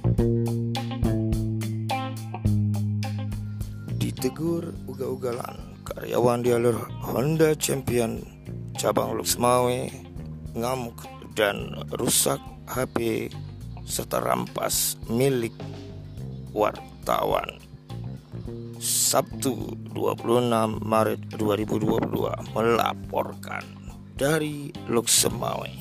Ditegur ugal-ugalan, karyawan dealer Honda Champion cabang Loksmawe ngamuk dan rusak HP serta rampas milik wartawan. Sabtu 26 Maret 2022 melaporkan dari Loksmawe.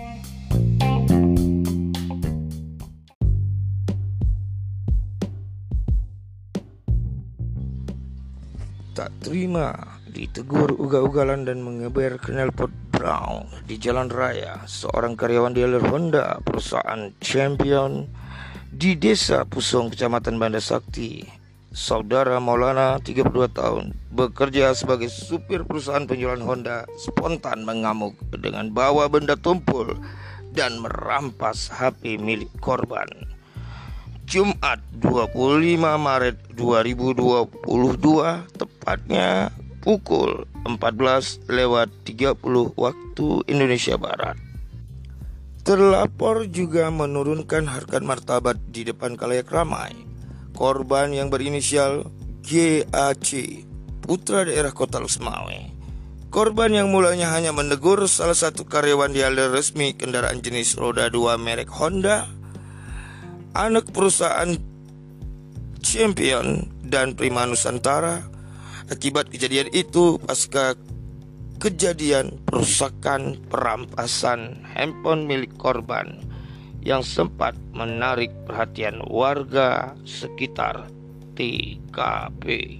Tak terima, ditegur ugal-ugalan dan mengeber knalpot brown di jalan raya seorang karyawan dealer Honda perusahaan Champion di Desa Pusong, Kecamatan Banda Sakti. Saudara Maulana, 32 tahun, bekerja sebagai supir perusahaan penjualan Honda, spontan mengamuk dengan bawa benda tumpul dan merampas HP milik korban. Jumat 25 Maret 2022 tepatnya pukul 14.30 waktu Indonesia Barat. Terlapor juga menurunkan harkat martabat di depan khalayak ramai. Korban yang berinisial GAC, putra daerah Kota Loksmawe. Korban yang mulanya hanya menegur salah satu karyawan dealer resmi kendaraan jenis roda 2 merek Honda, anak perusahaan Champion dan Prima Nusantara. Akibat kejadian itu, pasca kejadian perusakan perampasan handphone milik korban yang sempat menarik perhatian warga sekitar TKP.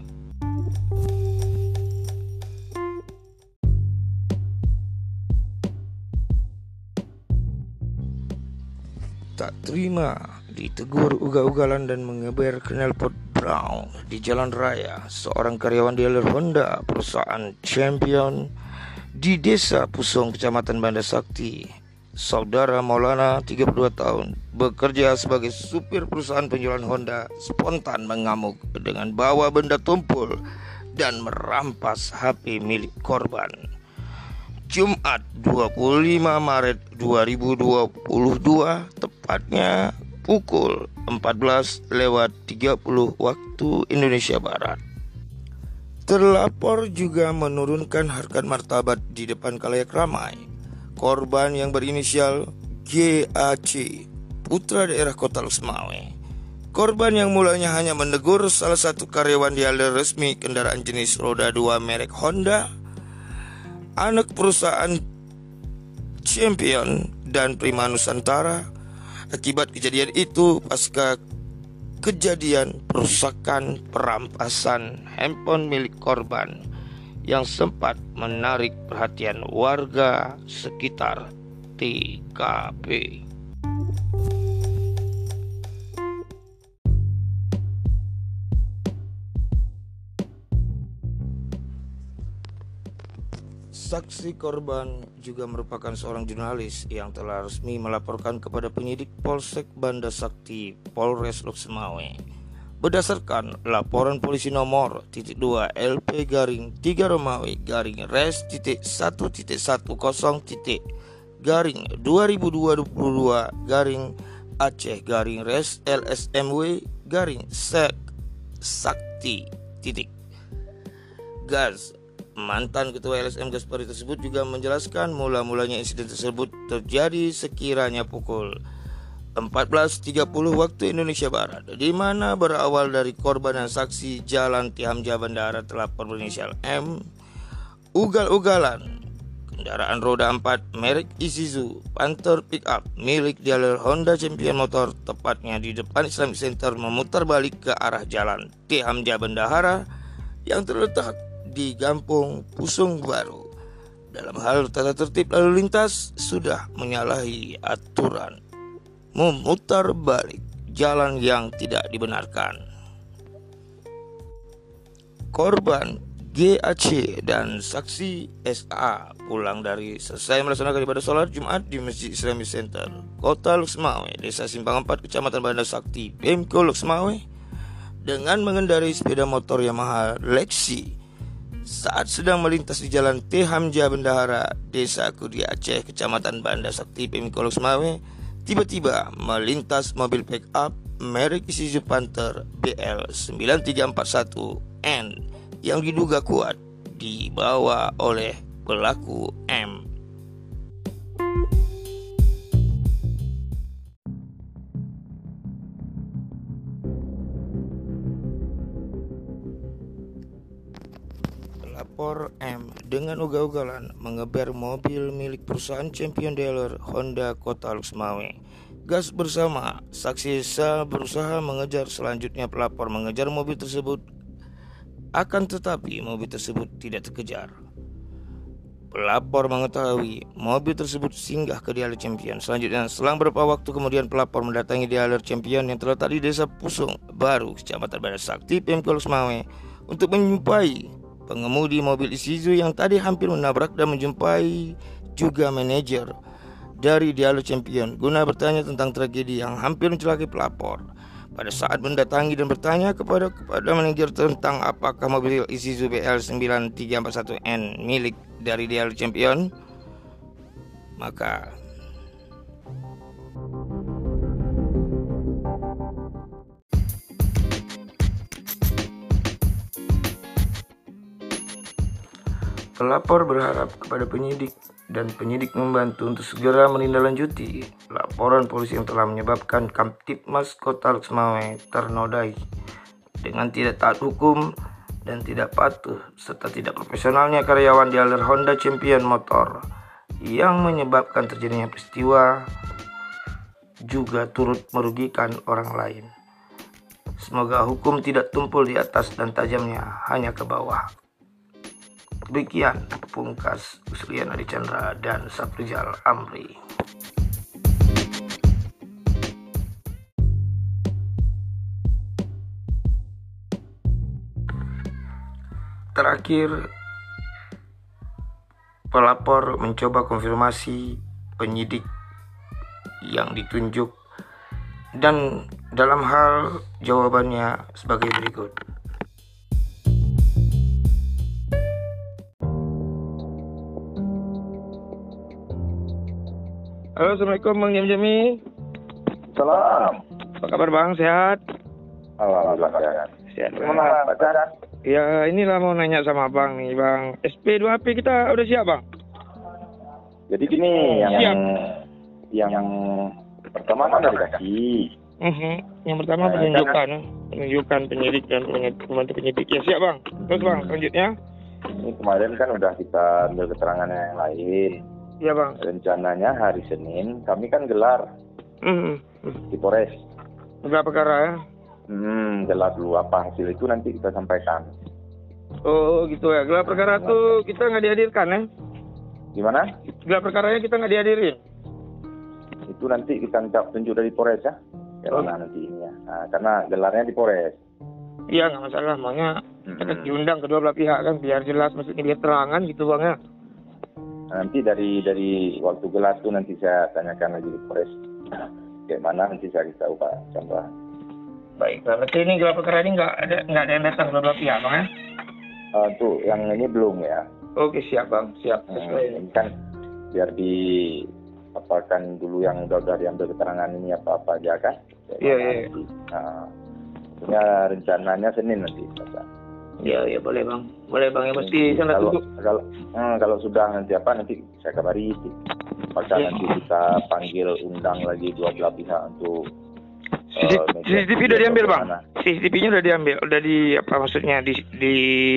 Tak terima, ditegur ugal-ugalan dan mengeber knalpot brown di jalan raya seorang karyawan dealer Honda perusahaan Champion di Desa Pusong, Kecamatan Banda Sakti. Saudara Maulana, 32 tahun, bekerja sebagai supir perusahaan penjualan Honda, spontan mengamuk dengan bawa benda tumpul dan merampas HP milik korban. Jumat 25 Maret 2022 tepatnya pukul 14.30 waktu Indonesia Barat. Terlapor juga menurunkan harkat martabat di depan khalayak ramai. Korban yang berinisial GAC, putra daerah Kota Loksmawe. Korban yang mulanya hanya menegur salah satu karyawan dealer resmi kendaraan jenis roda 2 merek Honda, anak perusahaan Champion dan Prima Nusantara. Akibat kejadian itu, pasca kejadian perusakan perampasan handphone milik korban yang sempat menarik perhatian warga sekitar TKP. Saksi korban juga merupakan seorang jurnalis yang telah resmi melaporkan kepada penyidik Polsek Banda Sakti Polres Loksmawe. Berdasarkan laporan polisi nomor 2 LP-3 Romawi res 1.10 2022 Aceh res LSMW Sakti Gas. Mantan Ketua LSM Gaspari tersebut juga menjelaskan mula-mulanya insiden tersebut terjadi sekiranya pukul 14.30 waktu Indonesia Barat, di mana berawal dari korban dan saksi Jalan T. Hamzah Bandara terlapor berinisial M, ugal-ugalan kendaraan roda 4 merek Isuzu Panther Pickup milik dealer Honda Champion Motor, tepatnya di depan Islamic Center, memutar balik ke arah Jalan T. Hamzah Bandara yang terletak di Kampung Pusong Baru. Dalam hal tata tertib lalu lintas, sudah menyalahi aturan memutar balik jalan yang tidak dibenarkan. Korban GAC dan saksi SA pulang dari selesai melaksanakan ibadah sholat Jumat di Masjid Islamic Center, Kota Loksmawe, Desa Simpang 4, Kecamatan Banda Sakti, Pemko Loksmawe, dengan mengendarai sepeda motor Yamaha Lexi. Saat sedang melintas di Jalan T. Hamzah Bendahara, Desa Kudi Aceh, Kecamatan Banda Sakti, Pemko Loksmawe, tiba-tiba melintas mobil pick up merek Isuzu Panther BL9341N yang diduga kuat dibawa oleh pelaku M. Pelapor M dengan ugal-ugalan mengeber mobil milik perusahaan champion dealer Honda Kota Lukmawe. Gas bersama saksi Sa berusaha mengejar, selanjutnya pelapor mengejar mobil tersebut, akan tetapi mobil tersebut tidak terkejar. Pelapor mengetahui mobil tersebut singgah ke dealer champion. Selanjutnya, selang beberapa waktu kemudian pelapor mendatangi dealer champion yang terletak di Desa Pusung Baru, Kecamatan Bandar Sakti, Pemkab Lukmawe, untuk menjumpai pengemudi mobil Isuzu yang tadi hampir menabrak dan menjumpai juga manajer dari dealer champion guna bertanya tentang tragedi yang hampir mencelakai pelapor. Pada saat mendatangi dan bertanya kepada manajer tentang apakah mobil Isuzu BL9341N milik dari dealer champion, maka pelapor berharap kepada penyidik dan penyidik membantu untuk segera menindaklanjuti laporan polisi yang telah menyebabkan Kamtibmas Kota Lukmawe ternodai dengan tidak taat hukum dan tidak patuh serta tidak profesionalnya karyawan dealer Honda Champion Motor yang menyebabkan terjadinya peristiwa juga turut merugikan orang lain. Semoga hukum tidak tumpul di atas dan tajamnya hanya ke bawah. Demikian pungkas Uslian Adi Chandra dan Saprijal Amri. Terakhir, pelapor mencoba konfirmasi penyidik yang ditunjuk dan dalam hal jawabannya sebagai berikut. Halo, Assalamualaikum Bang Jami. Salam. Apa kabar Bang? Sehat? Alhamdulillah sehat. Sehat. Gimana Pak Jan? Ya, inilah mau nanya sama Bang nih Bang. SP2AP kita udah siap Bang? Jadi gini, yang pertama kan udah dikasih. Yang pertama penunjukan penyidik dan pembantu penyidik. Ya siap Bang. Terus Bang, selanjutnya? Ini kemarin kan udah kita ambil keterangannya yang lain. Iya Bang. Rencananya hari Senin kami kan gelar di Polres. Gelar perkara ya? Gelar dulu apa hasil itu nanti kita sampaikan. Oh gitu ya. Gelar perkara tuh kita nggak dihadirkan ya? Gimana? Gelar perkaranya kita nggak dihadirin. Itu nanti kita minta tunjuk dari Polres ya. Karena nanti ini ya. Nah, karena gelarnya di Polres. Iya nggak masalah, makanya kita diundang kedua belah pihak kan biar jelas, maksudnya biar terangan gitu Bang ya. Nanti dari waktu gelar itu nanti saya tanyakan lagi di Polres. Kayak mana nanti saya tahu Pak Chandra. Baik, berarti ini gelar perkara ini nggak ada yang datang kedua belah pihak Bang ya? Tuh yang ini belum ya. Oke siap Bang, siap. Ini kan biar apakan dulu yang udah diambil keterangan ini apa aja kan. Iya. Nah, punya rencananya Senin nanti. Iya boleh Bang ya, mesti saya tunggu. Kalau sudah nanti saya kabari. Apakah nanti kita panggil undang lagi dua belah pihak untuk CCTV udah diambil Bang. CCTV-nya udah diambil, udah di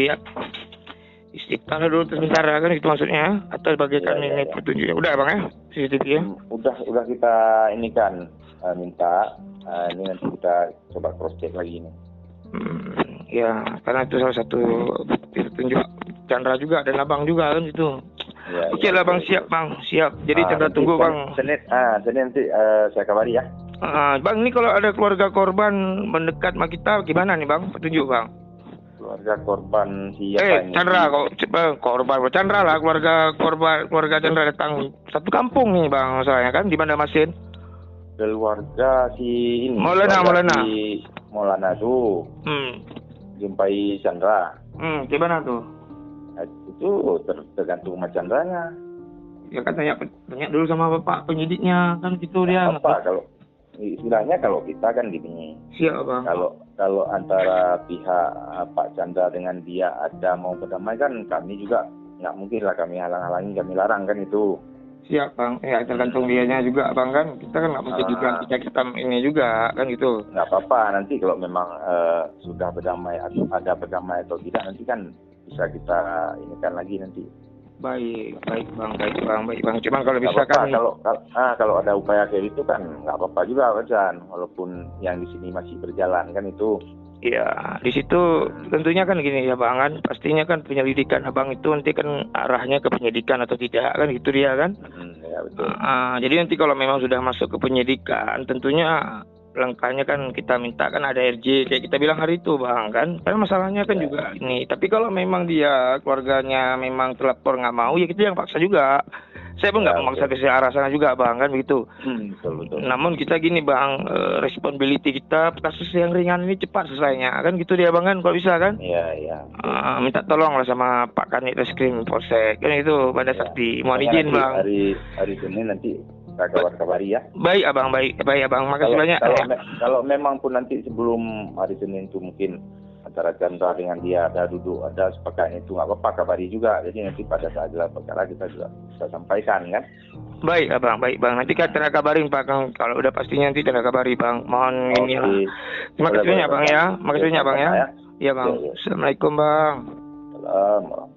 istiqlal dulu sementara kan itu maksudnya, atau bagaikan ini petunjuknya udah Bang ya CCTV ya? Udah kita ini kan minta ini nanti kita coba cross check lagi ini. Ya, karena itu salah satu petunjuk Chandra juga dan Abang juga kan itu. Ya, Oke lah Bang, siap Bang, siap. Jadi Chandra tunggu Bang. Senin nanti saya kabari ya. Bang, ini kalau ada keluarga korban mendekat sama kita gimana nih Bang? Petunjuk Bang. Keluarga korban siapa ini? Chandra korban Chandra lah, keluarga Chandra datang satu kampung nih Bang, masalahnya kan di Bandamasin. Keluarga si ini. Maulana tuh. Jumpai Chandra. Gimana tuh? Itu tergantung sama Chandranya. Ya kan tanya dulu sama bapak penyidiknya kan gitu dia. Apa istilahnya kalau kita kan gini. Siap bang. Kalau antara pihak Pak Chandra dengan dia ada mau berdamai kan kami juga nggak mungkin lah kami halang-halangi, kami larang kan itu. Siap bang, ya tergantung dianya juga bang kan, kita kan nggak mungkin juga kita ini juga kan gitu. Nggak apa-apa, nanti kalau memang sudah berdamai atau ada berdamai atau tidak nanti kan bisa kita inikan lagi nanti. Baik bang. Cuman kalau bisa kan kan kalau ada upaya kayak itu kan nggak apa-apa juga kan, walaupun yang di sini masih berjalan kan itu. ya di situ tentunya kan gini ya bang kan, pastinya kan penyelidikan abang itu nanti kan arahnya ke penyidikan atau tidak kan gitu dia kan. Ya betul. Jadi nanti kalau memang sudah masuk ke penyidikan tentunya langkahnya kan kita minta kan ada RJ kayak kita bilang hari itu bang kan, karena masalahnya kan juga ini. Tapi kalau memang dia keluarganya memang terlapor nggak mau ya kita yang paksa juga. Saya pun nggak memaksa ke arah sana juga bang kan begitu. Betul. Namun kita gini bang, responsibility kita kasus yang ringan ini cepat selesainya kan gitu dia bang kan kalau bisa kan. Iya. Minta tolong lah sama Pak Kanit Reskrim Polsek kan itu pada sakti. Mohon izin bang. Hari Senin nanti kabari ya. Baik abang. Makasih banyak. Kalau memang pun nanti sebelum hari Senin itu mungkin antara Chandra dengan dia ada duduk, ada sepakatnya itu nggak apa-apa, kabari juga. Jadi nanti pada saat gelar perkara kita juga bisa sampaikan kan. Baik bang. Nanti kita kabarin Pak Kang, kalau udah pastinya nanti kita kabari bang. Mohon ini lah. Terima kasih banyak bang ya. Makasih banyak bang ya. Iya bang. Assalamualaikum bang. Salam.